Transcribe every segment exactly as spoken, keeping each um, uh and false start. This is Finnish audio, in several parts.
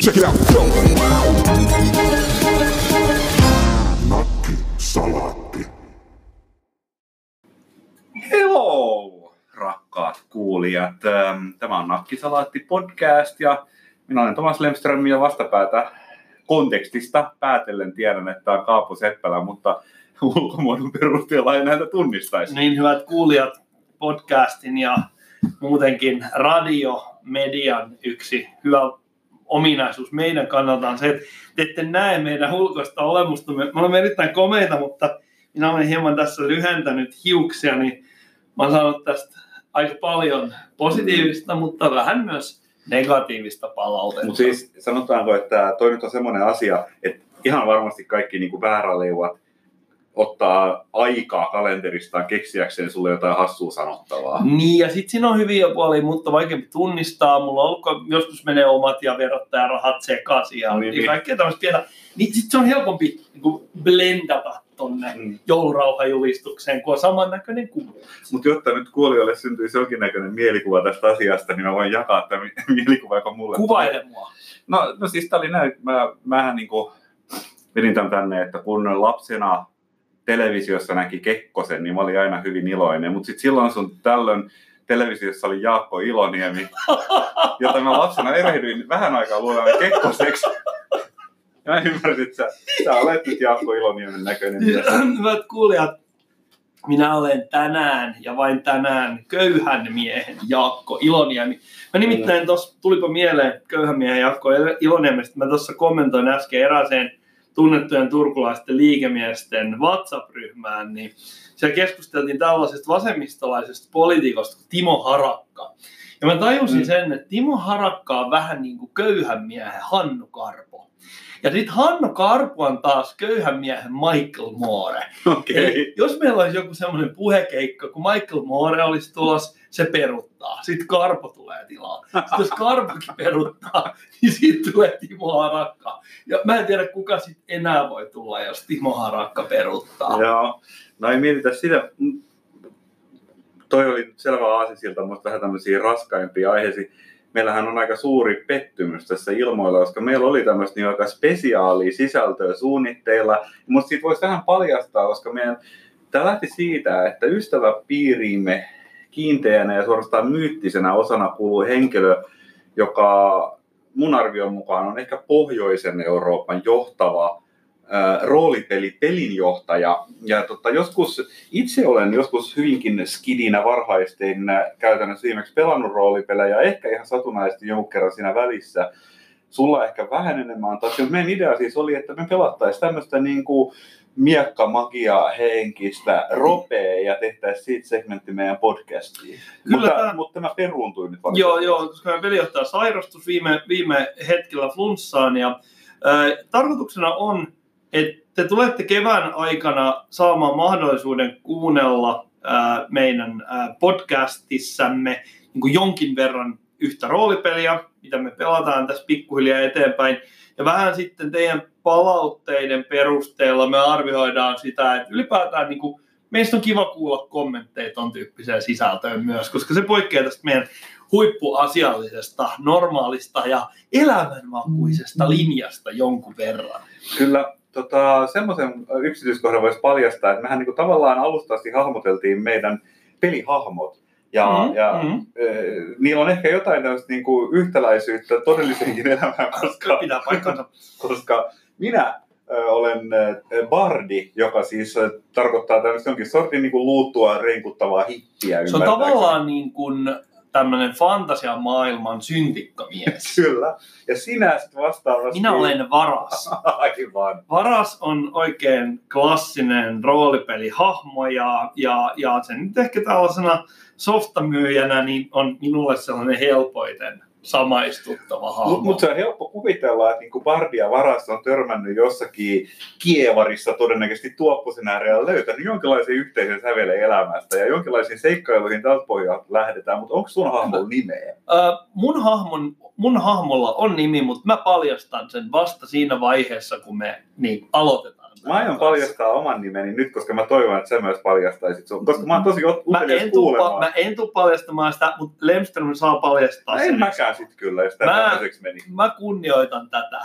Check it out. Go. Nakkisalaatti. Hello, rakkaat kuulijat. Tämä on Nakkisalaatti podcast ja minä olen Tomas Lemström ja vastapäätä kontekstista päätellen tiedän, että on Kaapo Seppälä, mutta ulkomuodon perusteella ei näitä tunnistaisi. Niin, hyvät kuulijat, podcastin ja muutenkin radiomedian yksi hyvä ominaisuus meidän kannalta on se, että te ette näe meidän ulkoista olemusta. Me olemme erittäin komeita, mutta minä olen hieman tässä lyhentänyt hiuksia, niin mä olen saanut tästä aika paljon positiivista, mutta vähän myös negatiivista palautetta. Mutta siis sanotaanko, että toi nyt on semmoinen asia, että ihan varmasti kaikki niin kuin vääräleuvat ottaa aikaa kalenteristaan keksiäkseen sulle jotain hassua sanottavaa. Niin, ja sitten siinä on hyviä puolia, mutta vaikeampi tunnistaa. Mulla on ollut, joskus menee omat ja verottajarahat sekaisin ja niin, niin kaikkea tämmöistä tiedä. Niin sitten se on helpompi niin kuin blendata tonne mm. joulurauhajulistukseen, kun on samannäköinen kuva. Mutta jotta nyt kuulijoille syntyisi jonkinnäköinen mielikuva tästä asiasta, niin mä voin jakaa tämän mielikuva, joka mulle... Kuvaile mua. No, no siis tää oli näin, mä, mähän niinku vedin tämän tänne, että kun lapsena televisiossa näki Kekkosen, niin mä olin aina hyvin iloinen. Mutta sitten silloin sun tällöin televisiossa oli Jaakko Iloniemi, jota mä lapsena erehdyin vähän aikaa luulemaan Kekkoseksi. Ja mä ymmärsin, että sä, sä olet nyt Jaakko Iloniemen näköinen. Hyvät kuulijat, minä olen tänään ja vain tänään köyhän miehen Jaakko Iloniemi. Mä nimittäin tuossa tulipa mieleen köyhän miehen Jaakko Iloniemestä. Mä tuossa kommentoin äsken erääseen tunnettujen turkulaisten liikemiesten WhatsApp-ryhmään, niin siellä keskusteltiin tällaisesta vasemmistolaisesta poliitikosta kuin Timo Harakka. Ja mä tajusin mm. sen, että Timo Harakka on vähän niin kuin köyhän miehen Hannu Karpo. Ja sitten Hannu Karpo on taas köyhän miehen Michael Moore. Okay. Eli jos meillä olisi joku semmoinen puhekeikka, kun Michael Moore olisi tulossa, se peruttaa. Sitten Karpo tulee tilaan. Sitten jos Karpokin peruttaa, niin sitten tulee Timo Harakka. Ja mä en tiedä, kuka sitten enää voi tulla, jos Timo Harakka peruttaa. Joo. No ei mietitä sitä. Toi oli selvä aasinsilta, mutta vähän tämmöisiä raskaimpia aiheisia. Meillähän on aika suuri pettymys tässä ilmoilla, koska meillä oli tämmöistä niin aika spesiaalia sisältöä suunnitteilla. Mutta siitä voisi vähän paljastaa, koska meidän, tämä lähti siitä, että ystäväpiiriimme kiinteänä ja suorastaan myyttisenä osana kuului henkilö, joka mun arvion mukaan on ehkä pohjoisen Euroopan johtava ää, roolipeli pelinjohtaja. Ja tota, joskus, itse olen joskus hyvinkin skidinä varhaisteinä käytännössä viimeksi pelannut roolipelejä, ehkä ihan satunnaisesti jonkun kerran siinä välissä. Sulla ehkä vähän enemmän taas. Meidän idea siis oli, että me pelattaisiin tämmöistä niin kuin miekka, magia, henkistä, ropea ja tehtäisiin siitä segmentti meidän podcastiin. Kyllä mutta, tämä... mutta tämä peruuntui nyt valitettavasti. Joo, joo, koska meidän pelijohtaja sairastus viime, viime hetkellä flunssaan ja äh, tarkoituksena on, että te tulette kevään aikana saamaan mahdollisuuden kuunnella äh, meidän äh, podcastissamme niin kuin jonkin verran yhtä roolipeliä, mitä me pelataan tässä pikkuhiljaa eteenpäin. Ja vähän sitten teidän palautteiden perusteella me arvioidaan sitä, että ylipäätään niin kuin, meistä on kiva kuulla kommentteja ton tyyppiseen sisältöön myös, koska se poikkeaa tästä meidän huippuasiallisesta, normaalista ja elämänmakuisesta linjasta jonkun verran. Kyllä. Tota, semmoisen yksityiskohdan voisi paljastaa, että mehän niin kuin tavallaan alusta asti hahmoteltiin meidän pelihahmot. Ja, mm-hmm. ja e, niillä on ehkä jotain tämmöistä niin kuin yhtäläisyyttä todelliseenkin elämään, koska, koska minä ö, olen bardi, joka siis ö, tarkoittaa tämmöistä jonkin sortin niin kuin luuttua, renkuttavaa hippiä. Se on tavallaan niin kuin tämmöinen fantasiamaailman syntikkamies. Kyllä. Ja sinä sitten vastaavasti... Minä olen Varas. Aivan. Varas on oikein klassinen roolipelihahmo ja, ja, ja sen nyt ehkä tällaisena softamyyjänä niin on minulle sellainen helpoiten samaistuttava hahmo. Mutta mut se on helppo kuvitella, että niinku Bardi ja Varas on törmännyt jossakin Kievarissa todennäköisesti Tuopposen äärellä löytänyt jonkinlaisen yhteisen sävelen elämästä ja jonkinlaisiin seikkailuihin tältä pohjalta lähdetään, mutta onko sun hahmolla nimeä? Uh, mun, hahmon, mun hahmolla on nimi, mutta mä paljastan sen vasta siinä vaiheessa, kun me niin aloitetaan Lemström. Mä aion paljastaa oman nimeni nyt, koska mä toivon, että sä myös paljastaisit sun. Koska mä oon tosi utelias kuulemaan. Mä en tuu paljastamaan sitä, mutta Lemström saa paljastaa sen. En mäkään sit kyllä, jos tämä tämmöiseksi meni. Mä kunnioitan tätä.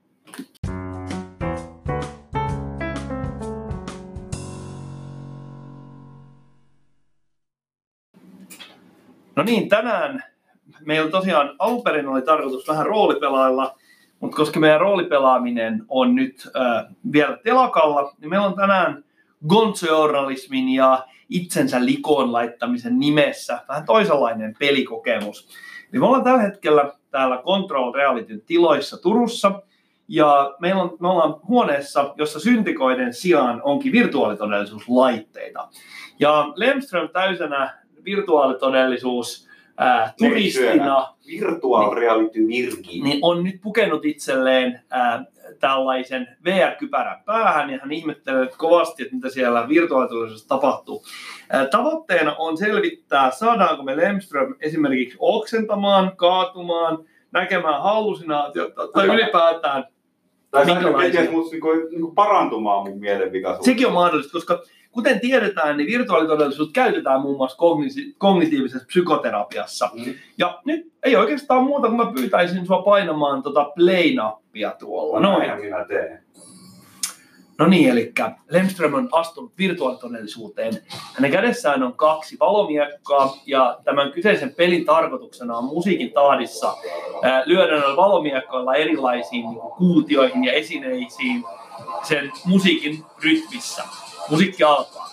No niin, tänään meillä tosiaan alun perin oli tarkoitus vähän roolipelailla, mutta koska meidän roolipelaaminen on nyt äh, vielä telakalla, niin meillä on tänään gonzo-journalismin ja itsensä likoon laittamisen nimessä vähän toisenlainen pelikokemus. Eli me ollaan tällä hetkellä täällä Control Realityn tiloissa Turussa, ja meillä on, me ollaan huoneessa, jossa syntikoiden sijaan onkin virtuaalitodellisuuslaitteita. Ja Lemström täysenä virtuaalitodellisuus ää, turistina Virtual reality virgi. Niin on nyt pukenut itselleen ää, tällaisen V R-kypärän päähän ja hän ihmettelee kovasti, että mitä siellä virtuaalitodellisuudessa tapahtuu. Ää, tavoitteena on selvittää, saadaanko me Lemström esimerkiksi oksentamaan, kaatumaan, näkemään hallusinaatiota tai ylipäätään tai minkälaisia mut niinku, niinku parantumaan mun mielenvikaisuudesta. Sekin on mahdollista, koska kuten tiedetään, niin virtuaalitodellisuutta käytetään muun muassa kognisi- kognitiivisessa psykoterapiassa. Mm. Ja nyt ei oikeastaan muuta, kun mä pyytäisin sua painamaan tota play-nappia tuolla. No, Noin. Minä teen. No niin, eli Lemström on astunut virtuaalitodellisuuteen. Hänen kädessään on kaksi valomiekkaa, ja tämän kyseisen pelin tarkoituksena on musiikin tahdissa lyödä noilla valomiekkoilla erilaisiin niin kuin kuutioihin ja esineisiin sen musiikin rytmissä. Musiikki alkaa.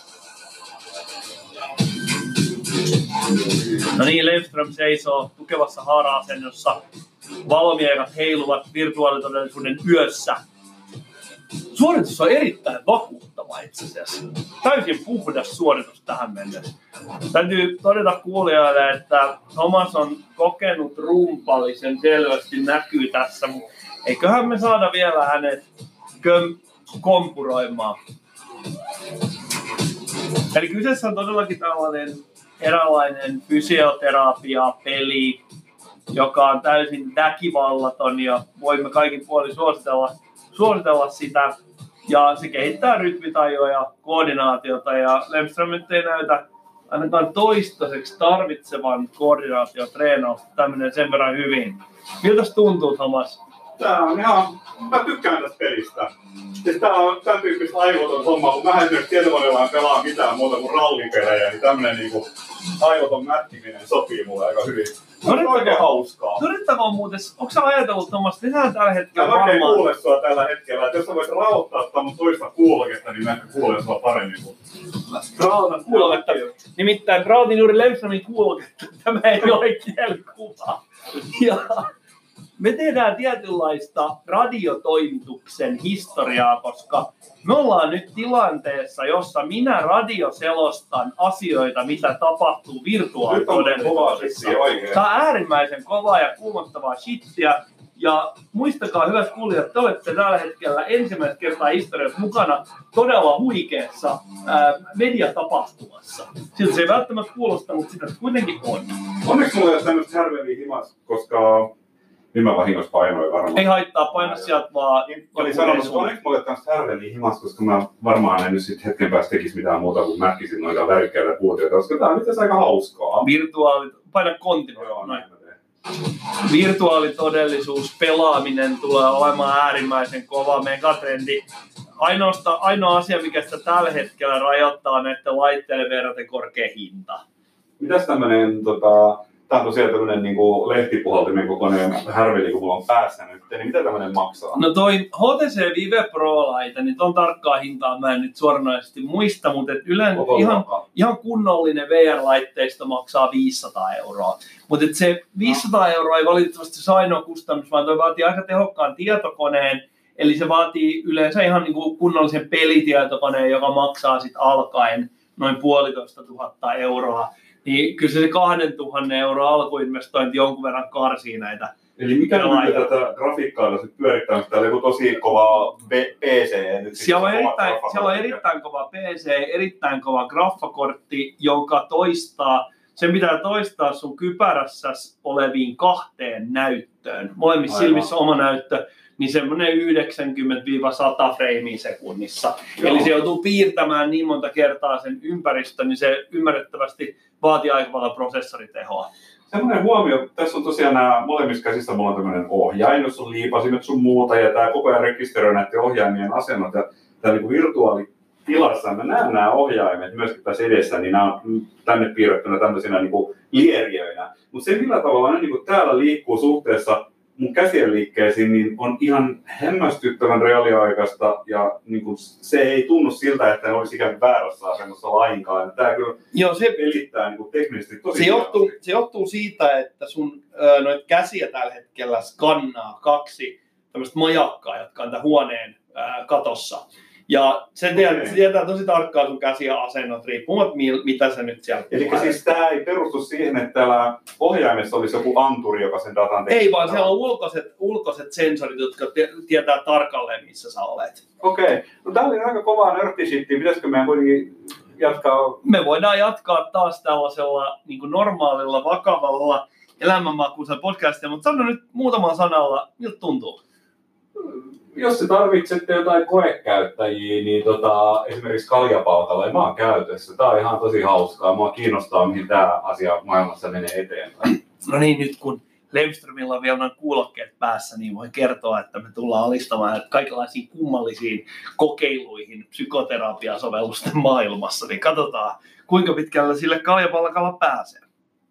No niin, Lemström seisoo tukevassa haara-asennossa. Valomiekat heiluvat virtuaalitodellisuuden yössä. Suoritus on erittäin vakuuttava itse asiassa. Täysin puhdas suoritus tähän mennessä. Täytyy todeta kuulijoille, että Thomas on kokenut rumpallisen selvästi näkyy tässä. Eiköhän me saada vielä hänet köm- kompuroimaan. Eli kyseessä on todellakin tällainen eräänlainen fysioterapia-peli, joka on täysin väkivallaton ja voimme kaikin puolin suositella, suositella sitä. Ja se kehittää rytmitajua ja koordinaatiota ja Lemström nyt ei näytä ainakaan toistaiseksi tarvitsevan koordinaatiotreenausta tämmöinen sen verran hyvin. Miltäs tuntuu, Thomas? Tää on ihan, mä tykkään tästä pelistä. Siis tää on tän tyyppistä aivoton homma, kun mä en esimerkiksi tietokoneellaan pelaa mitään muuta kuin rallipelejä, niin tämmönen niinku aivoton mätkiminen sopii mulle aika hyvin. Se on oikein hauskaa. Todettakoon muuten, onko sä ajatellut, Thomas, tehdään tällä hetkellä varmaan... Mä oikein kuule sua tällä hetkellä, että jos sä voisit rauhoittaa sitä mun toista kuuloketta, niin mä ehkä kuulen sua paremmin kuin... Rauhoitan kuuloketta. Nimittäin rauhoitin juuri Lemströmin kuuloketta, tämä ei ole kielikuva. Ja... Me tehdään tietynlaista radiotoimituksen historiaa, koska me ollaan nyt tilanteessa, jossa minä radioselostan asioita, mitä tapahtuu virtuaalitodellisuudessa. Tämä on äärimmäisen kovaa ja kuumottavaa shittiä. Ja muistakaa, hyvät kuulijat, te olette tällä hetkellä ensimmäistä kertaa historiassa mukana todella huikeassa ää, mediatapahtumassa. Siltä se ei välttämättä kuulosta, mutta sitä kuitenkin on. Onneksi mulla ei ole tämmöistä härveliä himas, koska... Niin mä vahingossa painoin varmaan. Ei haittaa, paina sieltä vaan. Olin sanonut, että onneksi mulle tämmöistä härveliä himas, koska mä varmaan en nyt sit hetken päästä tekisi mitään muuta kuin mätkisin noita värikkäitä kuutioita, koska tää on nyt aika hauskaa. Virtuaali... Paina continue. Joo, noin. Virtuaalitodellisuus, pelaaminen tulee olemaan äärimmäisen kova megatrendi. Ainoasta, ainoa asia, mikä sitä tällä hetkellä rajoittaa näiden laitteiden verraten korkea hinta. Mitäs tämmönen tota... Tää on tosiaan tämmönen niinku lehtipuhaltimen kokoinen härveli, kun mulla on päässä nyt. Niin mitä tämmönen maksaa? No toi H T C Vive Pro-laite, niin ton tarkkaa hintaa mä en nyt suoranaisesti muista, mutta yleensä ihan, ihan kunnollinen V R-laitteisto maksaa viisisataa euroa. Mutta se viisisataa euroa ei valitettavasti se ainoa kustannus, vaan toi vaatii aika tehokkaan tietokoneen. Eli se vaatii yleensä ihan niinku kunnollisen pelitietokoneen, joka maksaa sit alkaen noin puolitoista tuhatta euroa. Niin kyllä se kahden tuhannen euro alkuinvestointi jonkun verran karsii näitä. Eli mikä nyt tätä grafiikkaa sitten pyörittää, onko täällä joku tosi kova P C? Nyt siellä, on erittäin, siellä on erittäin kova P C, erittäin kova graffakortti, joka toistaa. sen pitää toistaa sun kypärässä oleviin kahteen näyttöön. Molemmissa Aivan. silmissä oma näyttö, niin semmoinen yhdeksänkymmentä sata freimiä sekunnissa. Joo. Eli se joutuu piirtämään niin monta kertaa sen ympäristön, niin se ymmärrettävästi vaatii aika paljon prosessoritehoa. Semmoinen huomio, tässä on tosiaan nämä molemmissa käsissä, mulla on tämmöinen ohjain, jos on liipasimet sun muuta, ja tämä koko ajan rekisteröi näiden ohjaimien asennot, ja tämä niin virtuaalitilassa mä näen nämä ohjaimet myöskin tässä edessä, niin nämä on tänne piirrettynä tämmöisinä niin kuin lieriöinä. Mutta se millä tavalla ne niin kuin täällä liikkuu suhteessa mun käsien liikkeisiin, niin on ihan hämmästyttävän reaaliaikaista, ja niin kuin se ei tunnu siltä, että ne olisi ikään väärässä asennossa lainkaan. Tämä kyllä Joo, se pelittää niin kuin teknisesti tosi se johtuu, se johtuu siitä, että sun ö, noit käsiä tällä hetkellä skannaa kaksi tämmöistä majakkaa, jotka on tämän huoneen ö, katossa. Ja se tietää, okay. se tietää tosi tarkkaan sun käsiä asennot, riippumatta mitä se nyt siellä Eli tulee. Siis tämä ei perustu siihen, että täällä ohjaimessa olisi joku anturi, joka sen datan tekee? Ei, vaan siellä on ulkoiset, ulkoiset sensorit, jotka tietää tarkalleen, missä sä olet. Okei. Okay. No tää oli aika kovaa nörttishittiä. Pitäisikö meidän kuitenkin jatkaa? Me voidaan jatkaa taas tällaisella niin kuin normaalilla, vakavalla elämänmakuisella podcastilla, mutta sano nyt muutamalla sanalla, miltä tuntuu? Jos te tarvitsette jotain koekäyttäjiä, niin tota, esimerkiksi kaljapalkalla ei mä oon käytössä. Tää on ihan tosi hauskaa. Mua kiinnostaa, mihin tää asia maailmassa menee eteenpäin. No niin, nyt kun Lemströmillä on vielä noin kuulokkeet päässä, niin voin kertoa, että me tullaan alistamaan kaikenlaisiin kummallisiin kokeiluihin psykoterapiasovellusten maailmassa. Niin katsotaan, kuinka pitkällä sille kaljapalkalla pääsee.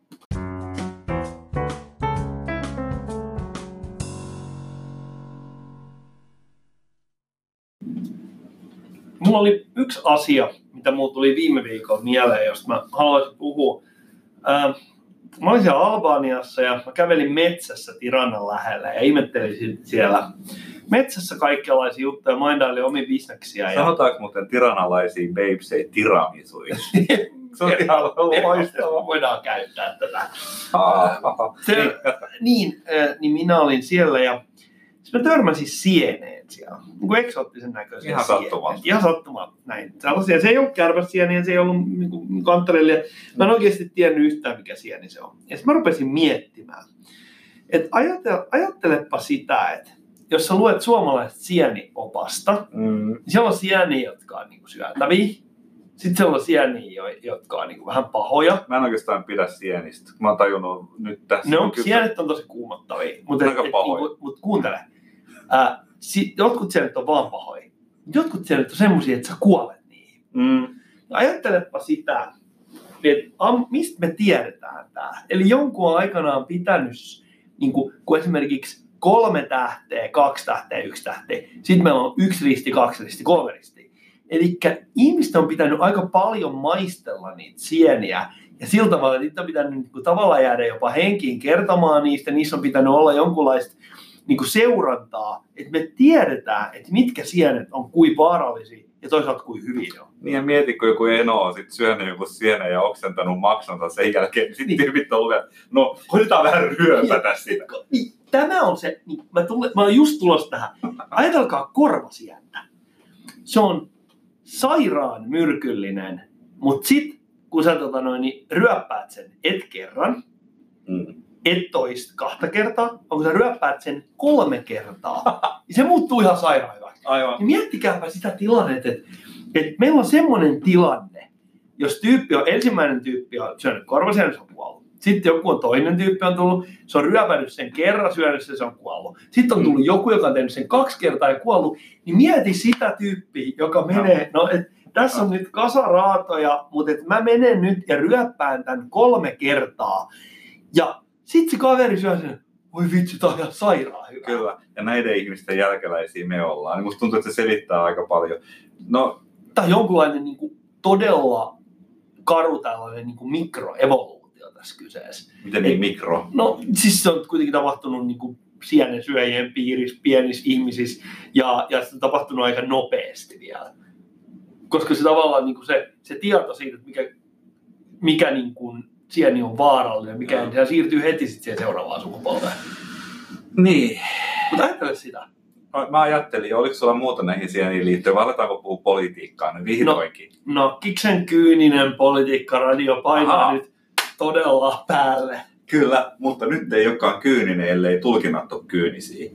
Mulla oli yksi asia, mitä mulla tuli viime viikolla mieleen, josta mä haluaisin puhua. Ää, mä olin siellä Albaniassa ja mä kävelin metsässä Tiranan lähellä ja ihmettelin siellä metsässä kaikenlaisia juttuja, maindailin omia bisneksiä. Sanotaanko ja... muuten tiranalaisia babesei tiramisuiksi? Se on ihan loistavaa. Voidaan käyttää tätä. Se, niin, äh, niin minä olin siellä ja mä törmäsin sieneen siellä, niin kuin eksoottisen näköisiä ihan sattumalta. Ihan sattumalta, näin. Sellaisia, se ei ollut kärpäsieniä, se ei ollut niin kuin kanttarille. Mä en oikeasti tiennyt yhtään, mikä sieni se on. Ja sitten mä rupesin miettimään, että ajattele, ajattelepa sitä, että jos sä luet suomalaisesta sieniopasta, mm. niin siellä on sieniä, jotka on niin kuin syötäviä. Sitten siellä on sieniä, jotka on niin vähän pahoja. Mä en oikeastaan pidä sienistä. Mä oon tajunnut nyt tässä. Ne on, sienet on tosi kuumottavia. Mutta niin mut kuuntele. Ää, si, jotkut sienet on vaan pahoja. Jotkut sienet on semmosia, että sä kuolet niihin. Mm. Ajattelepa sitä, että am, mistä me tiedetään tää. Eli jonkun on aikanaan pitänyt, niin kuin, kun esimerkiksi kolme tähteä, kaksi tähteä, yksi tähteä. Sitten meillä on yksi risti, kaksi risti, kolme risti. Eli ihmiset on pitänyt aika paljon maistella niitä sieniä. Ja sillä tavalla, että niitä on pitänyt niin kuin, tavallaan jäädä jopa henkiin kertomaan niistä. Niissä on pitänyt olla jonkunlaista niin kuin seurantaa, että me tiedetään, että mitkä sienet on kuin vaarallisia ja toisaalta kuin hyviä on. Niin ja mieti, kun joku eno on sit syönyt joku sienen ja oksentanut maksansa sen jälkeen, niin sitten niin. Tyypit on ollut, että no koitetaan vähän ryöpätä niin, sitä. Niin, tämä on se, niin, mä, tulen, mä olen just tulossa tähän. Ajatelkaa korvasientä. Se on sairaan myrkyllinen, mutta sitten kun sä tota noin, niin ryöppäät sen et kerran, mm. et toista kahta kertaa, vaan kun sä ryöppäät sen kolme kertaa, niin se muuttuu ihan sairaan hyväksi. Aivan. Niin miettikääpä sitä tilannetta, että, että meillä on semmoinen tilanne, jos tyyppi on, ensimmäinen tyyppi on syönyt korvasienen, se on kuollut. Sitten joku on toinen tyyppi on tullut, se on ryöpännyt sen kerran, syönyt sen, se on kuollut. Sitten on tullut joku, joka on tehnyt sen kaksi kertaa ja kuollut. Niin mieti sitä tyyppiä, joka menee, no et, tässä on nyt kasaraatoja, mutta et mä menen nyt ja ryöppään tämän kolme kertaa. Ja sitten se kaveri syö sen, voi vitsi, tää on ihan sairaan hyvä. Kyllä, ja näiden ihmisten jälkeläisiä me ollaan. Niin musta tuntuu, että se selittää aika paljon. No, tämä on jonkunlainen niin kuin, todella karu tällainen niin kuin mikroevoluutio tässä kyseessä. Miten niin mikro? No siis se on kuitenkin tapahtunut niin kuin sienen syöjien piirissä, pienissä ihmisissä, ja, ja se on tapahtunut aika nopeasti vielä. Koska se tavallaan niin kuin se, se tieto siitä, että mikä, mikä niin kuin sieni on vaarallinen, mikä no. Se siirtyy heti sitten siihen seuraavaan sukupolveen. Niin. Mutta ajattele sitä. No, mä ajattelin, oliko sulla muuta näihin sieniin liittyen, vai aletaanko puhua politiikkaa nyt vihdoinkin? No, no Kiksen kyyninen politiikkaradio painaa Aha. nyt todella päälle. Kyllä, mutta nyt ei olekaan kyyninen, ellei tulkinnat ole kyynisiä.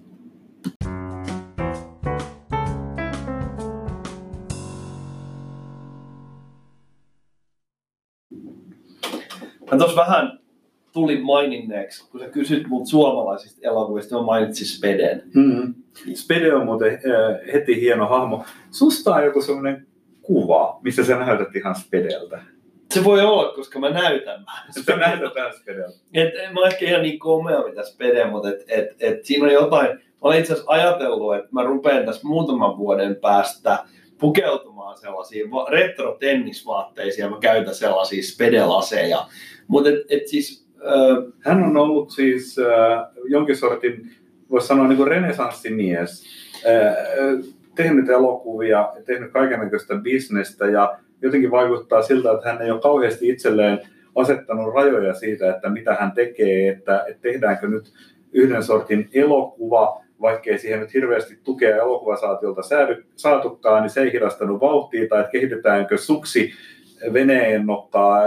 Mä tuossa vähän tulin maininneeksi, kun sä kysyt mut suomalaisista elokuvista, mä mainitsin Speden. Mm-hmm. Spede on muuten äh, heti hieno hahmo. Susta on joku semmoinen kuva, missä sä näytät ihan Spedeltä. Se voi olla, koska mä näytän vähän Sitä näytetään Spedeltä. Et, mä oon ehkä ihan niin komea mitä Spede, mutta et, et, et siinä on jotain. Mä olen itse asiassa ajatellut, että mä rupean tässä muutaman vuoden päästä pukeutumaan sellaisiin retro-tennisvaatteisiin ja mä käytän sellaisia Spede-laseja. Mutta et, et siis, äh, hän on ollut siis äh, jonkin sortin, voisi sanoa niin kuin renesanssimies, äh, tehnyt elokuvia, tehnyt kaikennäköistä bisnestä ja jotenkin vaikuttaa siltä, että hän ei ole kauheasti itselleen asettanut rajoja siitä, että mitä hän tekee, että, että tehdäänkö nyt yhden sortin elokuva, vaikkei siihen nyt hirveästi tukea elokuvasaatiolta saatukaan, niin se ei hidastanut vauhtia, tai että kehitetäänkö suksi veneen nokkaa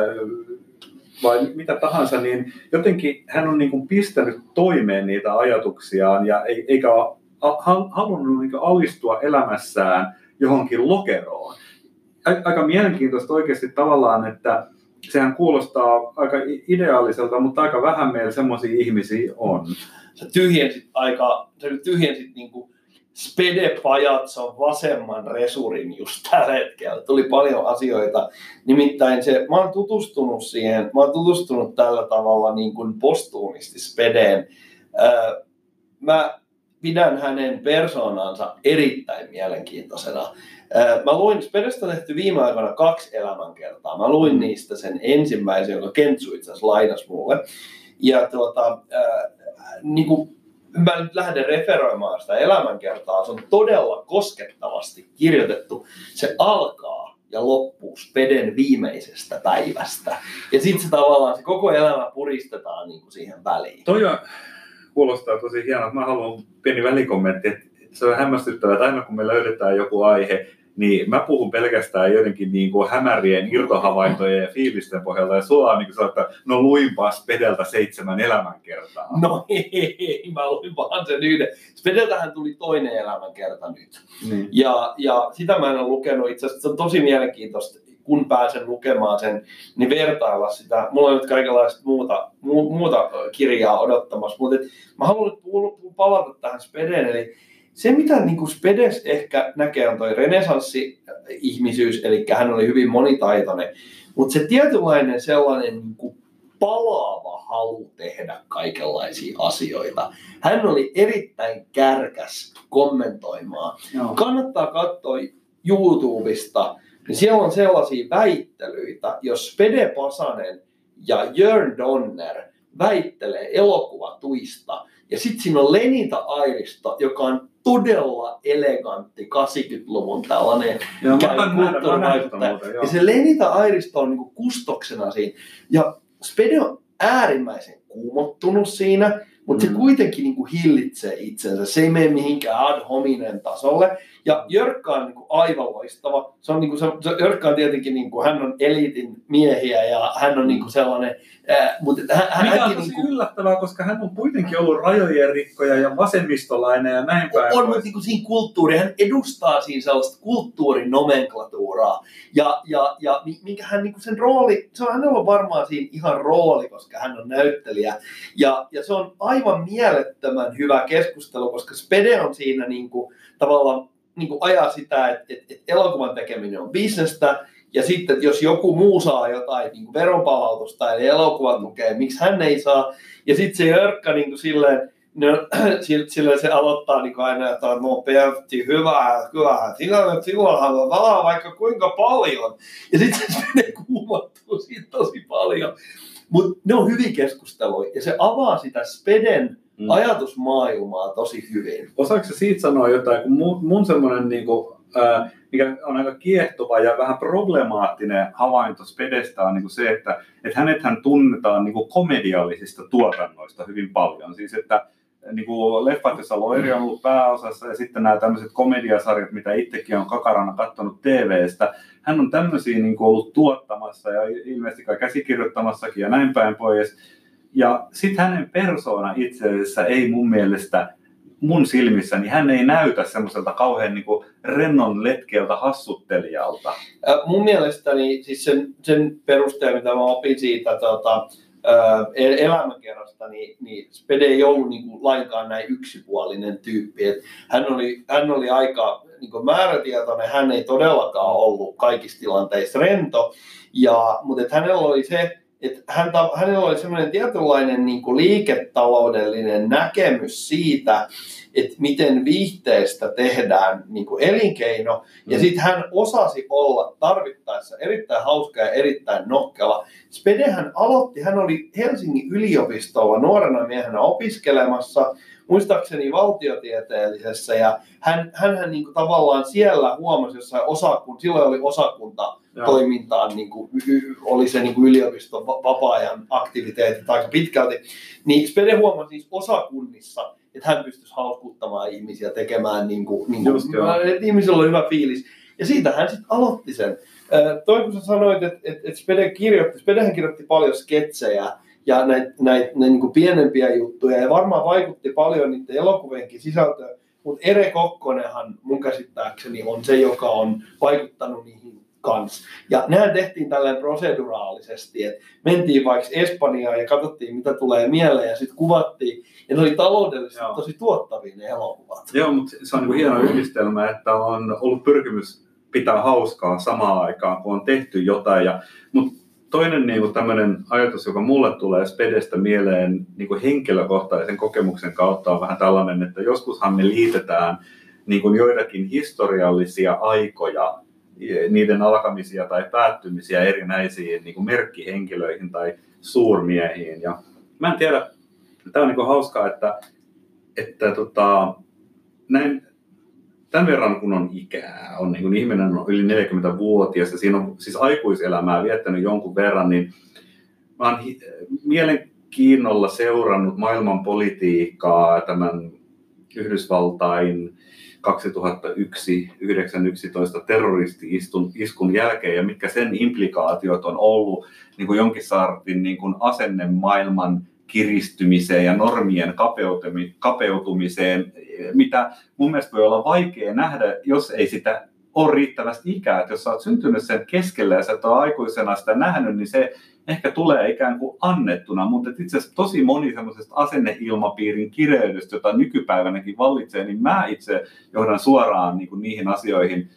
vai mitä tahansa, niin jotenkin hän on niin kuin pistänyt toimeen niitä ajatuksiaan ja eikä halunnut niin kuin alistua elämässään johonkin lokeroon. Aika mielenkiintoista oikeasti tavallaan, että sehän kuulostaa aika ideaaliselta, mutta aika vähän meillä semmoisia ihmisiä on. Sä tyhjensit aika, sä tyhjensit niinku Spede-pajatson vasemman resurin just tällä hetkellä. Tuli paljon asioita. Nimittäin se, mä oon tutustunut siihen, mä oon tutustunut tällä tavalla niin kuin postuumisti Spedeen. Öö, mä pidän hänen persoonansa erittäin mielenkiintoisena. Öö, mä luin, Spedestä on tehty viime aikoina kaksi elämänkertaa. Mä luin niistä sen ensimmäisen, jonka Kentsu itse asiassa lainasi mulle. Ja tuota, öö, niin kuin mä nyt lähden referoimaan sitä elämänkertaa. Se on todella koskettavasti kirjoitettu. Se alkaa ja loppuu Speden viimeisestä päivästä. Ja sitten se tavallaan se koko elämä puristetaan niin kuin siihen väliin. Toi on, kuulostaa tosi hienolta. Mä haluan pieni välikommentti. Että se on hämmästyttävää, että aina kun me löydetään joku aihe, niin mä puhun pelkästään jotenkin niin kuin hämärien irtohavaintojen ja fiilisten pohjalta. Ja sulla on niin kuin että no luinpa Spedeltä seitsemän elämänkertaa. No ei, mä luin vaan sen yhden. Spedeltähän tuli toinen elämänkerta nyt. Mm. Ja, ja sitä mä en ole lukenut itse asiassa. Se on tosi mielenkiintoista, kun pääsen lukemaan sen, niin vertailla sitä. Mulla on nyt kaikenlaista muuta, mu, muuta kirjaa odottamassa. Mutta mä haluan nyt palata tähän Spedeen. Eli se, mitä niin kuin Spedes ehkä näkee, on toi renesanssi-ihmisyys, eli hän oli hyvin monitaitoinen, mutta se tietynlainen sellainen niin kuin palaava halu tehdä kaikenlaisia asioita. Hän oli erittäin kärkäs kommentoimaan. Joo. Kannattaa katsoa YouTubesta, niin siellä on sellaisia väittelyitä, jos Spede Pasanen ja Jörn Donner väittelee elokuvatuista, ja sitten siinä on Lenita Airisto, joka on todella elegantti kahdeksankymmentäluvun tällainen kulttuurivaikuttaja. Ja se Lenita Airisto on niinku kustoksena siinä. Ja Spede on äärimmäisen kuumottunut siinä, mutta mm. se kuitenkin niinku hillitsee itsensä. Se ei mene mihinkään ad hominem tasolle. Ja Jörkka on niinku aivan loistava. Se on niinku, se, se, Jörkka on tietenkin, niinku, hän on eliitin miehiä ja hän on niinku sellainen... Ää, mutta hän, mikä hän, on tosi niinku, yllättävää, koska hän on kuitenkin ollut rajojen rikkoja ja vasemmistolainen ja näin päin. On, mutta niinku siinä kulttuuri, hän edustaa siinä sellaista kulttuurinomenklatuuraa. Ja, ja, ja minkä hän niinku sen rooli, se on hänellä on varmaan siinä ihan rooli, koska hän on näyttelijä. Ja, ja se on aivan mielettömän hyvä keskustelu, koska Spede on siinä niinku, tavallaan niinku ajaa sitä, että et, et elokuvan tekeminen on bisnestä. Ja sitten, että jos joku muu saa jotain niin kuin veronpalautusta eli elokuvan tukea, miksi hän ei saa. Ja sitten se Jörkka niin kuin silleen, no, silleen se aloittaa niin kuin aina, että no Pertti, hyvä, hyvä. Silloin, silloinhan on valaa vaikka kuinka paljon. Ja sitten se menee kuumattuu siitä tosi paljon. Mutta ne on hyviä keskusteluja ja se avaa sitä Speden mm. ajatusmaailmaa tosi hyvin. Osaatko siitä sanoa jotain, kun mun, mun semmoinen... Niin kuin Äh, mikä on aika kiehtova ja vähän problemaattinen havainto Spedestä on niin kuin se, että, että hänethän tunnetaan niin kuin komediallisista tuotannoista hyvin paljon. Siis että niin kuin leffat, joissa Loiri on ollut pääosassa ja sitten nämä tämmöiset komediasarjat, mitä itsekin on kakarana katsonut T V:stä. Hän on tämmöisiä niin kuin ollut tuottamassa ja ilmeisesti kai käsikirjoittamassakin ja näin päin pois. Ja sitten hänen persoona itse asiassa ei mun mielestä, mun silmissä, niin hän ei näytä semmoiselta kauhean niin kuin rennon letkeältä hassuttelijalta. Äh, mun mielestäni siis sen, sen perusteella, mitä mä opin siitä tota, elämäkerrasta, niin, niin Spede ei ollut niin kuin lainkaan näin yksipuolinen tyyppi. Et hän, oli, hän oli aika niin kuin määrätietoinen, hän ei todellakaan ollut kaikissa tilanteissa rento, ja, mutta et hänellä oli se, että hän, hänellä oli semmoinen tietynlainen niin kuin liiketaloudellinen näkemys siitä, että miten viihteestä tehdään niin kuin elinkeino. Mm. Ja sitten hän osasi olla tarvittaessa erittäin hauska ja erittäin nokkela. Spedehän aloitti, hän oli Helsingin yliopistolla nuorena miehenä opiskelemassa, muistaakseni valtiotieteellisessä, ja hän, hänhän niin kuin tavallaan siellä huomasi jossain osakun, silloin oli osakunta, toimintaan niin kuin, oli se niin kuin yliopiston vapaa-ajan aktiviteetit aika pitkälti, niin Spede huomasi siis osakunnissa, että hän pystyisi hauskuttamaan ihmisiä, tekemään, niin kuin, niin kuin, että ihmisillä oli hyvä fiilis. Ja siitä hän sitten aloitti sen. Toi kun sä sanoit, että, että Spede kirjoitti, Spedehän kirjoitti paljon sketsejä ja näitä näit, näit, niin kuin pienempiä juttuja, ja varmaan vaikutti paljon niiden elokuvienkin sisältöön, mutta Ere Kokkonenhan mun käsittääkseni on se, joka on vaikuttanut niihin kanssa. Ja nehän tehtiin tälleen proseduraalisesti, että mentiin vaikka Espanjaan ja katsottiin, mitä tulee mieleen, ja sitten kuvattiin, ja ne oli taloudellisesti Joo. tosi tuottavia ne elokuvat. Joo, mutta se on niin hieno yhdistelmä, että on ollut pyrkimys pitää hauskaa samaan aikaan, kun on tehty jotain. Ja, mutta toinen niin kuin tämmöinen ajatus, joka mulle tulee Spedestä mieleen niin kuin henkilökohtaisen kokemuksen kautta, on vähän tällainen, että joskushan me liitetään niin kuin joidakin historiallisia aikoja, niiden alkamisia tai päättymisiä erinäisiin niin kuin merkkihenkilöihin tai suurmiehiin. Ja mä en tiedä, tämä on niin kuin hauskaa, että, että tota, näin, tämän verran kun on ikää, on niin kuin ihminen on yli neljäkymmentävuotias ja siinä on siis aikuiselämää viettänyt jonkun verran, niin mä oon mielenkiinnolla seurannut maailman politiikkaa tämän Yhdysvaltain kaksituhattayksi yhdeksän yksitoista terroristi-iskun jälkeen ja mitkä sen implikaatiot on ollut niin kuin jonkin sortin niin kuin asennemaailman kiristymiseen ja normien kapeutumiseen, mitä mun mielestä voi olla vaikea nähdä, jos ei sitä ole riittävästi ikää. Että jos sä oot syntynyt sen keskellä ja sä et ole aikuisena sitä nähnyt, niin se ehkä tulee ikään kuin annettuna, mutta itse asiassa tosi moni semmoisesta asenneilmapiirin kireydestä, jota nykypäivänäkin vallitsee, niin mä itse johdan suoraan niin kuin niihin asioihin,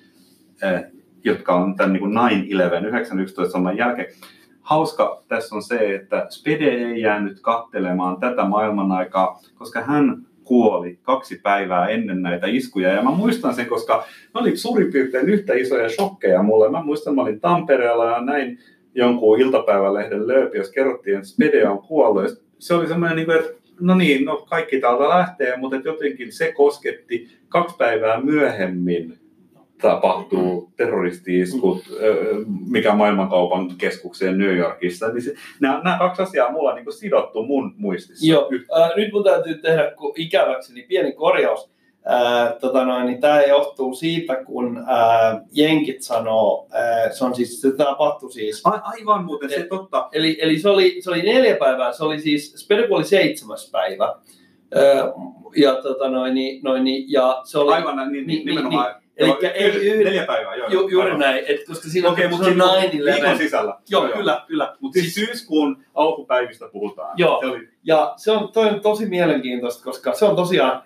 jotka on tämän niin kuin nine eleven, yhdeksän yksitoista sodan jälkeen. Hauska tässä on se, että Spede ei jäänyt katselemaan tätä maailman aikaa, koska hän kuoli kaksi päivää ennen näitä iskuja. Ja mä muistan sen, koska ne oli suurin piirtein yhtä isoja shokkeja mulle. Mä muistan, mä olin Tampereella ja näin jonkun iltapäivälehden lööpi, jos kerrottiin, että Spede on kuollut. Se oli semmoinen, että no niin, no kaikki täältä lähtee, mutta jotenkin se kosketti kaksi päivää myöhemmin tapahtuu terroristi-iskut, mikä maailmankaupan keskukseen New Yorkissa. Niin se, nämä, nämä kaksi asiaa on mulla niin kuin sidottu mun muistissa. Joo, äh, nyt mun täytyy tehdä ikäväkseni pieni korjaus. Äh, tota noin, niin tämä johtuu siitä, kun äh, jenkit sanoo, äh, se on siis, se tapahtui siis. A, aivan muuten, se totta. Eli, eli se, oli, se oli neljä päivää, se oli siis, Spede oli seitsemäs päivä. Äh, ja tota noin, noin, ja se oli. Aivan, niin, niin, nimenomaan. Niin, Eli ei yhden, neljä päivää, joo. Ju, juuri näin, et koska siinä on, okay, se on nine eleven. Viikon sisällä. Joo, joo, kyllä, kyllä. Mutta siis syyskuun alkupäivistä puhutaan. Joo, se oli. Ja se on, toi on tosi mielenkiintoista, koska se on tosiaan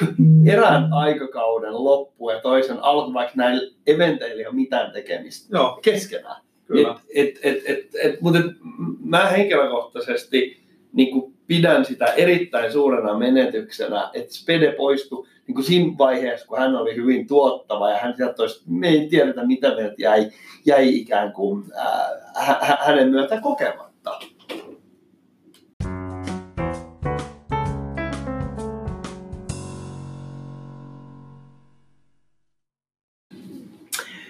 erään aikakauden loppu ja toisen alku, vaikka näillä eventeillä ei ole mitään tekemistä joo. keskenään. Kyllä. Et, et, et, et, et, mutta et, mä henkilökohtaisesti niin pidän sitä erittäin suurena menetyksenä, että Spede poistui niin kuin siinä vaiheessa, kun hän oli hyvin tuottava ja hän sieltä olisi, me ei tiedetä mitä meiltä jäi, jäi ikään kuin ää, hä, hänen myötä kokematta.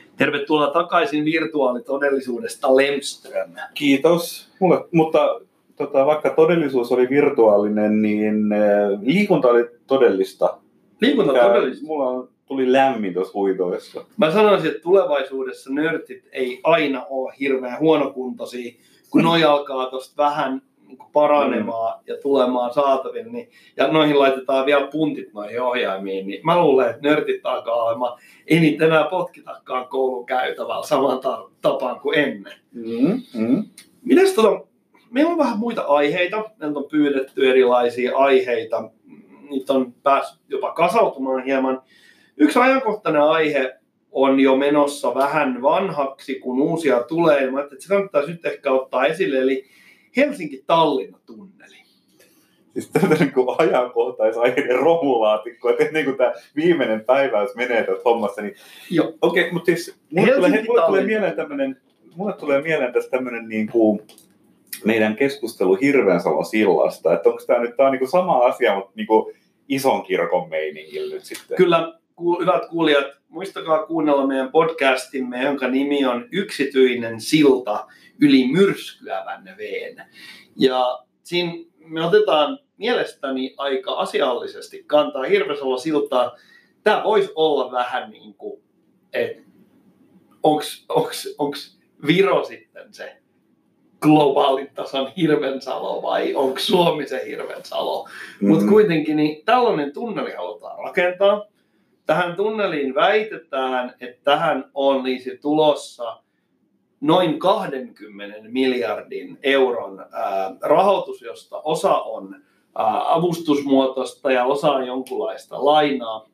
Tervetuloa takaisin virtuaalitodellisuudesta, Lemström. Kiitos. Mulle, mutta tota, vaikka todellisuus oli virtuaalinen, niin liikunta oli todellista. Liikunta Mikä todellista. Mulla on, tuli lämmin tuossa huitoissa. Mä sanoisin, että tulevaisuudessa nörtit ei aina ole hirveän huonokuntoisia, kun noi alkaa tosta vähän niin kuin paranemaan mm. ja tulemaan saataville, niin, ja noihin laitetaan vielä puntit noihin ohjaimiin, niin mä luulen, että nörtit alkaa olemaan, ei niitä enää potkitakaan koulun käytävällä saman ta- tapaan kuin ennen. Mm. Mm. Mites tota, meillä on vähän muita aiheita, meiltä on pyydetty erilaisia aiheita, niitä on päässyt jopa kasautumaan hieman. Yksi ajankohtainen aihe on jo menossa vähän vanhaksi, kun uusia tulee. Mä ajattelin, että se kannattaisi nyt ehkä ottaa esille, eli Helsinki-Tallinna-tunneli. Siis tämmöinen niin kuin ajankohtaisaiheinen romulaatikko, että niin kuin tämä viimeinen päiväys menee tästä hommassa. Niin... Joo. Okei, okay, mutta siis mulle tulee, mulle tulee mieleen tämmöinen, mulle tulee mieleen tästä tämmöinen niin kuin meidän keskustelu Hirvensalon sillasta, että onko tämä nyt tää on niin kuin sama asia, mutta niin kuin ison kirkon meiningillä nyt sitten. Kyllä, hyvät kuulijat, muistakaa kuunnella meidän podcastimme, jonka nimi on Yksityinen silta yli myrskyävän veen. Ja siinä me otetaan mielestäni aika asiallisesti kantaa Hirvensalon siltaa. Tämä voisi olla vähän niin kuin, että onko Viro sitten se globaalin tason Hirvensalo vai onko Suomi se Hirvensalo. Mm-hmm. Mutta kuitenkin niin tällainen tunneli halutaan rakentaa. Tähän tunneliin väitetään, että tähän olisi tulossa noin kaksikymmentä miljardin euron ää, rahoitus, josta osa on ää, avustusmuotoista ja osa on jonkunlaista lainaa.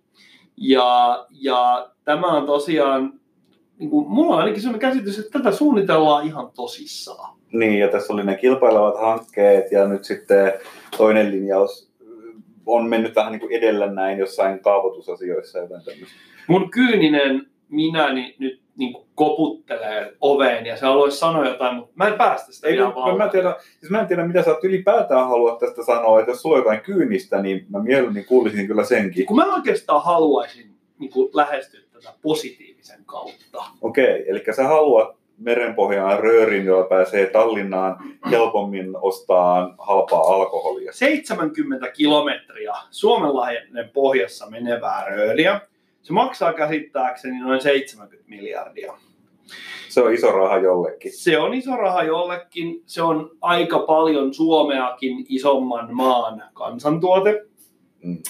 Ja, ja tämä on tosiaan, niin kuin, mulla on ainakin sellainen käsitys, että tätä suunnitellaan ihan tosissaan. Niin, ja tässä oli ne kilpailevat hankkeet ja nyt sitten toinen linjaus on mennyt vähän niin kuin edellä näin jossain kaavoitusasioissa ja jotain tämmöistä. Mun kyyninen minäni nyt niin kuin koputtelee oveen ja se haluaisi sanoa jotain, mutta mä en päästä sitä vielä valtaan. Mä en tiedä, siis mä en tiedä, mitä sä oot ylipäätään haluat tästä sanoa, että jos sulla on jotain kyynistä, niin mä mieluummin kuulisin kyllä senkin. Kun mä oikeastaan haluaisin niin kuin lähestyä tätä positiivisen kautta. Okei, eli sä haluat merenpohjaan röörin, jolla pääsee Tallinnaan helpommin ostaa halpaa alkoholia. seitsemänkymmentä kilometriä Suomenlahden pohjassa menevää rööriä. Se maksaa käsittääkseni noin seitsemänkymmentä miljardia. Se on iso raha jollekin. Se on iso raha jollekin. Se on aika paljon Suomeakin isomman maan kansantuote. Mm.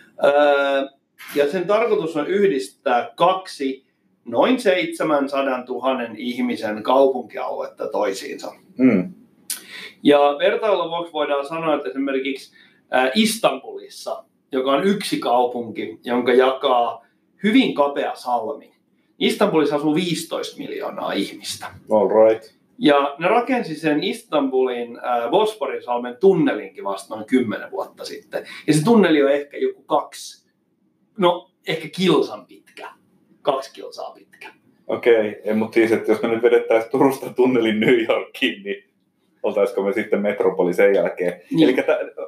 Öö, ja sen tarkoitus on yhdistää kaksi noin seitsemänsadantuhatta ihmisen kaupunkialuetta toisiinsa. Mm. Ja vertailun vuoksi voidaan sanoa, että esimerkiksi Istanbulissa, joka on yksi kaupunki, jonka jakaa hyvin kapea salmi. Istanbulissa asuu viisitoista miljoonaa ihmistä. All right. Ja ne rakensi sen Istanbulin äh, Bosporinsalmen tunnelinkin vasta noin kymmenen vuotta sitten. Ja se tunneli on ehkä joku kaksi, no ehkä kilsan pitkä. Kaksi kilsaa pitkä. Okei, okay. Mutta siis, että jos me nyt vedettäisiin Turusta tunnelin New Yorkiin, niin oltaisiko me sitten metropoli sen jälkeen? Niin. Eli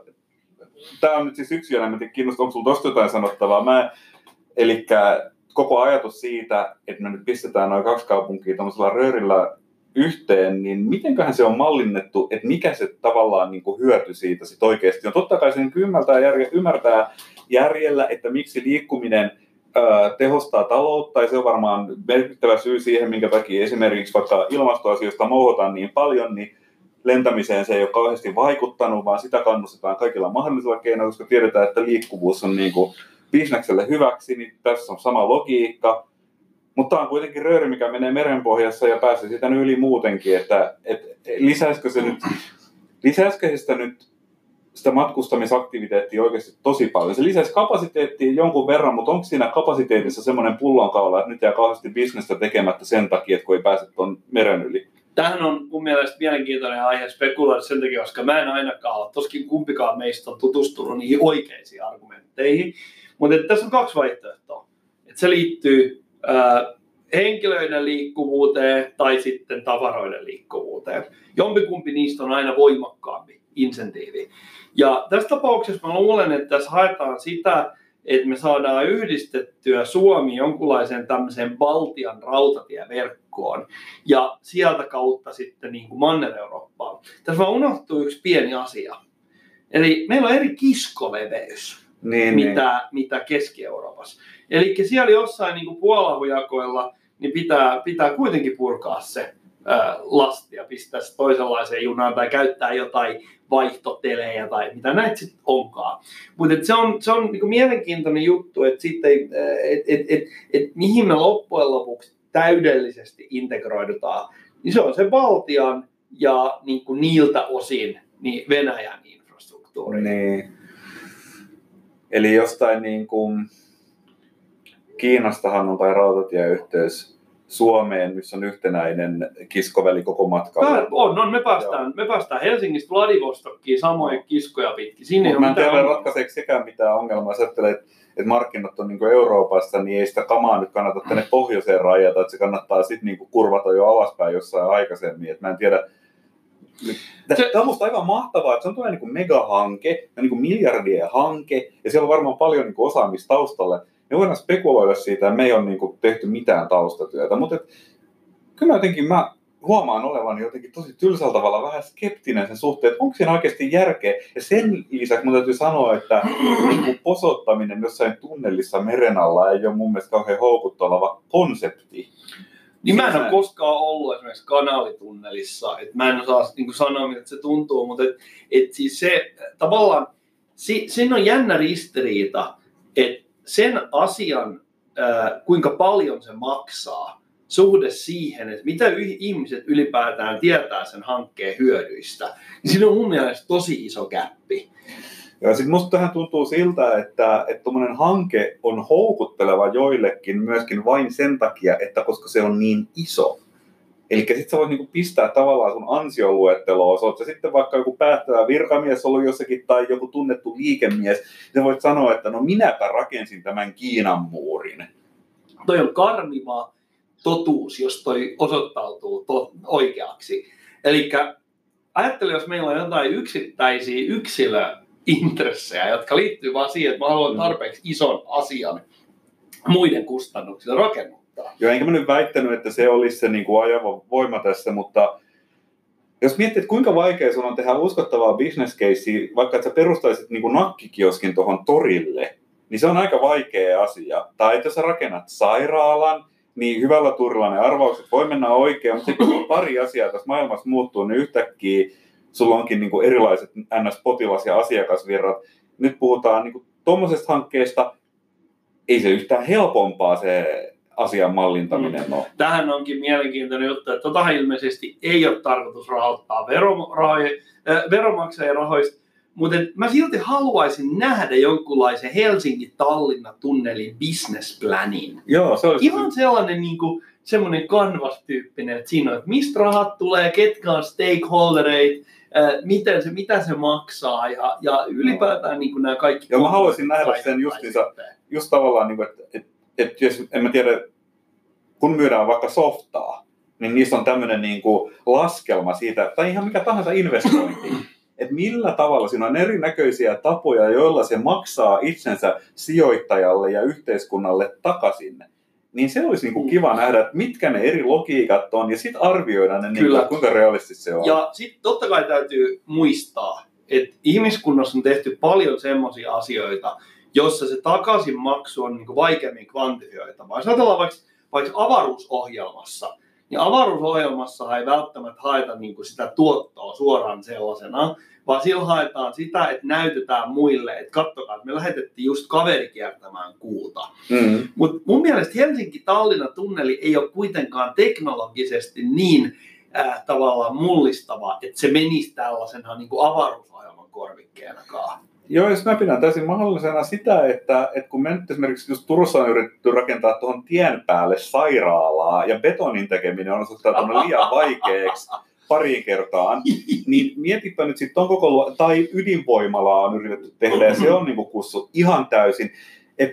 tämä on nyt siis yksi elämä, kiinnostaa, onko sinulla tuosta jotain sanottavaa? Mä, eli koko ajatus siitä, että me nyt pistetään noin kaksi kaupunkia tämmöisellä röörillä yhteen, niin mitenköhän se on mallinnettu, että mikä se tavallaan niin kuin hyöty siitä sit oikeasti on? Totta kai sen ymmärtää, järje, ymmärtää järjellä, että miksi liikkuminen ää, tehostaa taloutta, ja se on varmaan merkittävä syy siihen, minkä takia esimerkiksi vaikka ilmastoasioista mouhotaan niin paljon, niin lentämiseen se ei ole kauheasti vaikuttanut, vaan sitä kannustetaan kaikilla mahdollisilla keinoilla, koska tiedetään, että liikkuvuus on niin kuin bisnekselle hyväksi, niin tässä on sama logiikka. Mutta tämä on kuitenkin rööri, mikä menee merenpohjassa ja pääsee sitä yli muutenkin, että et, lisäisikö se nyt, lisäisikö se sitä nyt sitä matkustamisaktiviteettia oikeasti tosi paljon. Se lisäisi kapasiteettia jonkun verran, mutta onko siinä kapasiteetissa semmoinen pullonkaula, että nyt jää kauheasti bisnestä tekemättä sen takia, että kun ei pääse tuon meren yli? Tämähän on mun mielestä mielenkiintoinen aihe spekuloida sen takia, koska mä en ainakaan ole, toskin kumpikaan meistä on tutustunut niihin oikeisiin argumentteihin. Mutta tässä on kaksi vaihtoehtoa. Et se liittyy ää, henkilöiden liikkuvuuteen tai sitten tavaroiden liikkuvuuteen. Jompikumpi niistä on aina voimakkaampi insentiivi. Ja tässä tapauksessa mä luulen, että tässä haetaan sitä, että me saadaan yhdistettyä Suomi jonkunlaiseen tämmöiseen Baltian rautatieverkkoon ja sieltä kautta sitten niin kuin Manner-Eurooppaan. Tässä vaan unohtuu yksi pieni asia. Eli meillä on eri kiskoleveys, niin, mitä, niin. mitä Keski-Euroopassa. Eli siellä jossain niin kuin puolahujakoilla niin pitää, pitää kuitenkin purkaa se ää, lasti ja pistää se toisenlaiseen junaan tai käyttää jotain vaihtotelejä tai mitä näitä sitten onkaan. Mutta se on, se on niinku mielenkiintoinen juttu, että et, et, et, et, mihin me loppujen lopuksi täydellisesti integroidutaan. Niin se on se Baltian ja niinku niiltä osin niin Venäjän infrastruktuuri. Niin. Eli jostain niin kuin Kiinastahan on tai rautatieyhteys Suomeen, missä on yhtenäinen kiskoväli koko matkalla. On, on. Me päästään, me päästään Helsingistä Vladivostokkiin samoja kiskoja pitkin. Siinä ei mä en tiedä ratkaiseeko sekään mitään ongelmaa. Sä ajattelet, että, että markkinat on niin kuin Euroopassa, niin ei sitä kamaa nyt kannata tänne pohjoiseen rajata, että se kannattaa sitten niin kuin kurvata jo alaspäin jossain aikaisemmin. Et mä en tiedä. Tämä on musta aivan mahtavaa, että se on tällainen niin kuin megahanke, niin kuin miljardien hanke, ja siellä on varmaan paljon niin kuin osaamista taustalle. Me voidaan spekuloida siitä, että me ei ole niin kuin tehty mitään taustatyötä, mutta et, kyllä jotenkin mä huomaan olevan jotenkin tosi tylsällä tavalla vähän skeptinen sen suhteen, että onko siinä oikeasti järkeä. Ja sen lisäksi mun täytyy sanoa, että niin posottaminen jossain tunnelissa meren alla ei ole mun mielestä kauhean houkutteleva konsepti. Niin mä en ole koskaan ollut esimerkiksi kanaalitunnelissa, että mä en osaa niin kuin sanoa, miltä se tuntuu, mutta et, et siis se tavallaan, si, siinä on jännä ristiriita, että sen asian, ää, kuinka paljon se maksaa, suhde siihen, että mitä y- ihmiset ylipäätään tietää sen hankkeen hyödyistä, niin siinä on mun mielestä tosi iso gäppi. Ja sitten musta tähän tuntuu siltä, että että tuommoinen hanke on houkutteleva joillekin myöskin vain sen takia, että koska se on niin iso. Eli sitten sä voit niinku pistää tavallaan sun ansioluetteloon, oot sä sitten vaikka joku päättävä virkamies ollut jossakin tai joku tunnettu liikemies, sä voit sanoa, että no minäpä rakensin tämän Kiinan muurin. Toi on karmiva totuus, jos toi osoittautuu to- oikeaksi. Eli ajattele, jos meillä on jotain yksittäisiä yksilöintressejä, jotka liittyy vaan siihen, että mä haluan tarpeeksi ison asian muiden kustannuksilla rakennuttaa. Joo, enkä mä nyt väittänyt, että se olisi se niin kuin ajava voima tässä, mutta jos miettii, että kuinka vaikea sun on tehdä uskottavaa business casea, vaikka että sä perustaisit niin kuin nakkikioskin tuohon torille, niin se on aika vaikea asia. Tai että jos sä rakennat sairaalan, niin hyvällä turilla ne arvaukset voi mennä oikein, mutta sitten kun pari asiaa tässä maailmassa muuttuu, niin yhtäkkiä sulla onkin niin kuin erilaiset N S-potilas- ja asiakasvirrat. Nyt puhutaan niin kuin tuommoisesta hankkeesta, ei se yhtään helpompaa se asian mallintaminen mm. on. Tähän onkin mielenkiintoinen juttu, että totahan ilmeisesti ei ole tarkoitus rahoittaa verorahoja, äh, veronmaksajien rahoista, mutta mä silti haluaisin nähdä jonkunlaisen Helsinki-Tallinna-tunnelin business-planin. Joo, se olisi ihan sellainen niin kuin, semmoinen canvas-tyyppinen, että siinä on, että mistä rahat tulee, ketkä on stakeholdereita, äh, miten se, mitä se maksaa ja, ja ylipäätään niin kuin nämä kaikki. Joo, mä haluaisin nähdä sen justiinsa, just tavallaan, niin kuin, että, että, että jos, en mä tiedä, kun myydään vaikka softaa, niin niissä on tämmöinen niin kuin laskelma siitä, tai ihan mikä tahansa investointi, että millä tavalla siinä on erinäköisiä tapoja, joilla se maksaa itsensä sijoittajalle ja yhteiskunnalle takaisin. Niin se olisi niin kuin kiva nähdä, että mitkä ne eri logiikat on, ja sitten arvioida ne, niin kuin, kuinka realistisesti se on. Ja sitten totta kai täytyy muistaa, että ihmiskunnassa on tehty paljon semmoisia asioita, jossa se takaisinmaksu on niin kuin vaikeammin kvantifioitavaa. Jos ajatellaan vaikka, vaikka avaruusohjelmassa, niin avaruusohjelmassa ei välttämättä haeta niin kuin sitä tuottoa suoraan sellaisena, vaan sillä haetaan sitä, että näytetään muille, että katsokaa, että me lähetettiin just kaveri kiertämään kuuta. Mm-hmm. Mutta mun mielestä Helsinki-Tallinna-tunneli ei ole kuitenkaan teknologisesti niin äh, tavallaan mullistava, että se menisi tällaisena niin kuin avaruusohjelman korvikkeenakaan. Joo, jos mä pidän täysin mahdollisena sitä, että, että kun me nyt esimerkiksi just Turussa on yritetty rakentaa tuohon tien päälle sairaalaa ja betonin tekeminen on osoittautunut liian vaikeaksi pariin kertaan, niin mietipä nyt sitten on koko, tai ydinvoimalaa on yritetty tehdä ja se on niin kuin kussu ihan täysin. Et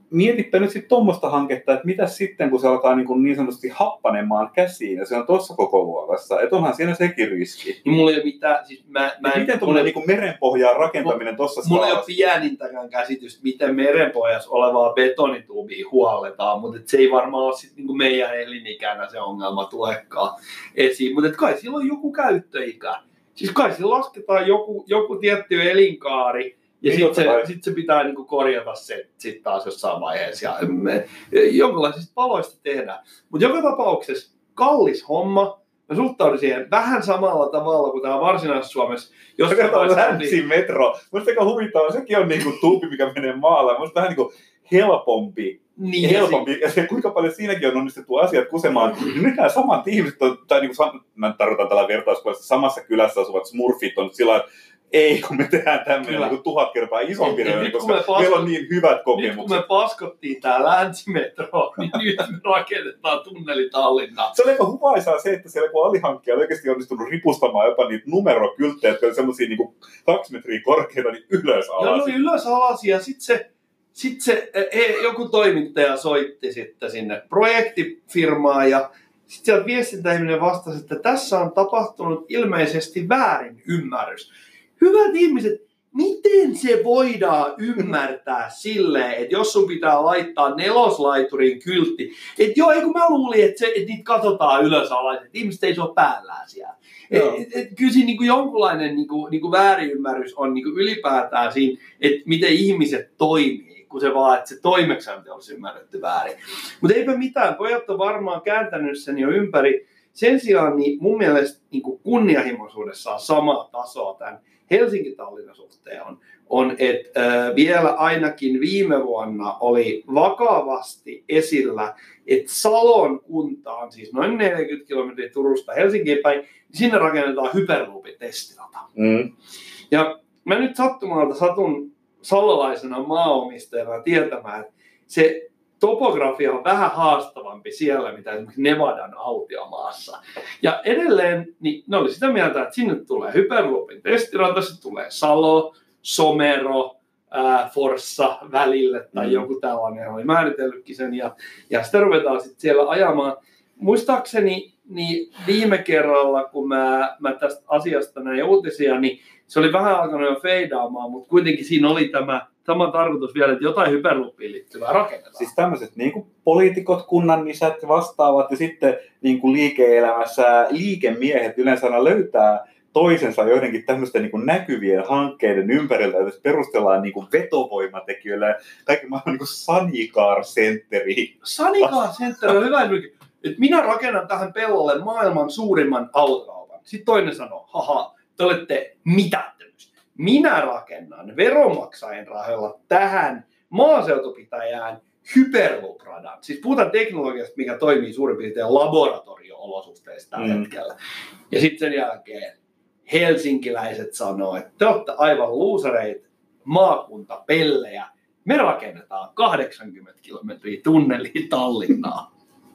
mietipä nyt sitten tuommoista hanketta, että mitä sitten, kun se alkaa niin, kuin niin sanotusti happanemaan käsiin, ja se on tuossa koko luokassa, että onhan siinä sekin riski. Niin mulla ei ole mitään, siis mä, mä en, miten tuommoinen niin merenpohjaan rakentaminen tuossa skaalassa? Mulla ei ole pienintäkään käsitystä, miten merenpohjassa olevaa betonituubia huolletaan, mutta se ei varmaan ole sit niin meidän elinikänä se ongelma tulekaan esiin, mutta kai sillä on joku käyttöikä. Siis kai sillä lasketaan joku, joku tietty elinkaari, ja sitten se, sit se pitää niinku korjata se sit taas jossain vaiheessa. Ja me, jonkinlaisista paloista tehdään. Mutta joka tapauksessa kallis homma. Mä suhtaudun siihen vähän samalla tavalla kuin täällä Varsinais-Suomessa. Jos katsotaan länsimetro. Musta aika huvittavaa. Sekin on niinku tuubi, mikä menee maalle. Musta vähän niinku helpompi. Niin, helpompi. Ja, ja se, kuinka paljon siinäkin on onnistettu asiat kusemaan. Nyt nämä samat ihmiset, on, tai niinku, mä tarkoitan tällä vertauskuvassa, samassa kylässä asuvat smurfit on sillä ei, kun me tehdään tämmöinen niin tuhat kertaa isompi rööri, koska me paskot... meillä on niin hyvät kokemukset. Nyt kun me paskottiin tää länsimetro, niin nyt me rakennetaan tunneli Tallinnaan. Se on aika huvaisaa se, että siellä kun alihankkija on oikeasti onnistunut ripustamaan jopa niitä numerokylttejä, jotka on semmosia niin kaksi metriä korkeita, niin ylös alas. Joo, no ylös alas ja sit se, sit se e, joku toimittaja soitti sitten sinne projektifirmaan ja sitten sieltä viestintäihminen vastasi, että tässä on tapahtunut ilmeisesti väärin ymmärrys. Hyvät ihmiset, miten se voidaan ymmärtää silleen, että jos sun pitää laittaa neloslaiturin kyltti, että joo, eikö mä luulin, että, se, että niitä katsotaan ylös alas, että ihmiset ei se ole päällään siellä. Et, et, et, kyllä siinä niin jonkunlainen niin kuin, niin kuin väärinymmärrys on niin kuin ylipäätään siinä, että miten ihmiset toimii, kun se vaan, että se toimeksianto olisi ymmärretty väärin. Mutta eipä mitään, pojat on varmaan kääntänyt sen jo ympäri. Sen sijaan niin mun mielestä niin kuin kunnianhimoisuudessa on samaa tasoa tämän Helsinki-Tallinnan suhteen on, on että äh, vielä ainakin viime vuonna oli vakavasti esillä, että Salon kuntaan, siis noin neljäkymmentä kilometriä Turusta Helsinkiin päin, niin sinne rakennetaan hyperloopin testirata. Mm. Ja mä nyt sattumalta satun salolaisena maaomistajana tietämään, että se topografia on vähän haastavampi siellä, mitä esimerkiksi Nevadan autiomaassa. Ja edelleen niin ne oli sitä mieltä, että sinne tulee hyperloopin testirata, se tulee Salo, Somero, ää, Forssa välille tai mm. joku tällainen oli määritellytkin sen. Ja, ja sitten ruvetaan sitten siellä ajamaan. Muistaakseni niin viime kerralla, kun mä, mä tästä asiasta näin uutisia, niin se oli vähän alkanut jo feidaamaan, mutta kuitenkin siinä oli tämä sama tarkoitus vielä, että jotain hyperloopiin liittyvää rakennetaan. Siis tämmöiset niin kuin poliitikot, kunnanisät vastaavat ja sitten niin kuin liike-elämässä liikemiehet yleensä aina löytää toisensa joidenkin tämmöisten niin kuin näkyvien hankkeiden ympäriltä, että perustellaan niin kuin vetovoimatekijöillä ja kaikki maailman niin kuin Sunnycar Centeri. Sunnycar Center on hyvä esimerkiksi, että minä rakennan tähän pellolle maailman suurimman autokaupan. Sitten toinen sanoo, haha, te olette mitättömyys. Minä rakennan veronmaksajien rahoilla tähän maaseutupitäjään hyperloop-radan. Siis puhutaan teknologiasta, mikä toimii suurin piirtein laboratorio-olosuhteissa tällä mm. hetkellä. Ja sitten sen jälkeen helsinkiläiset sanoo, että te olette aivan luusareita, maakuntapellejä. Me rakennetaan kahdeksankymmentä kilometriä tunneliin Tallinnaan.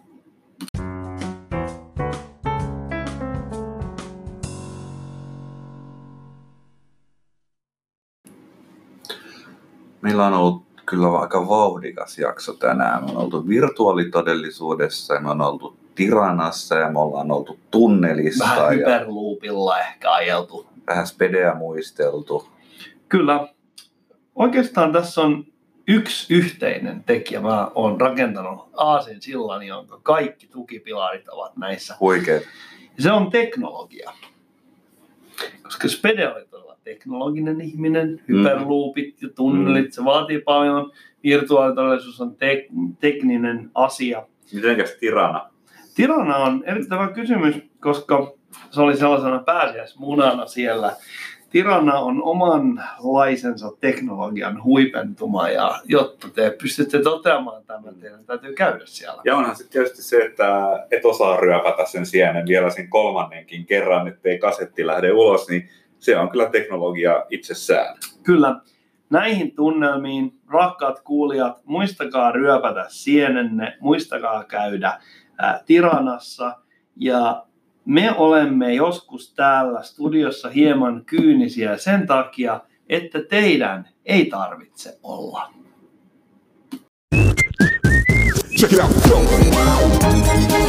Meillä on ollut kyllä aika vauhdikas jakso tänään. Me on oltu virtuaalitodellisuudessa, me on oltu Tiranassa ja me ollaan oltu tunnelissa. Vähän hyperloopilla ehkä ajeltu. Vähän spedeä muisteltu. Kyllä. Oikeastaan tässä on yksi yhteinen tekijä. Mä oon rakentanut aasinsillan, jonka kaikki tukipilarit ovat näissä. Huikeet. Se on teknologia. Koska spede oli todella teknologinen ihminen, hyperloopit ja tunnelit, mm. se vaatii paljon. Virtuaalitodellisuus on tek- tekninen asia. Mitenkäs Tirana? Tirana on erittäin hyvä kysymys, koska se oli sellaisena pääsiäismunana siellä. Tirana on omanlaisensa teknologian huipentuma, ja jotta te pystytte toteamaan tämän, teidän täytyy käydä siellä. Ja onhan sitten tietysti se, että et osaa ryöpätä sen sienen vielä sen kolmannenkin kerran, ettei kasetti lähde ulos, niin se on kyllä teknologia itsessään. Kyllä. Näihin tunnelmiin, rakkaat kuulijat, muistakaa ryöpätä sienenne, muistakaa käydä ää, Tiranassa, ja me olemme joskus täällä studiossa hieman kyynisiä sen takia, että teidän ei tarvitse olla. Check it out. Go.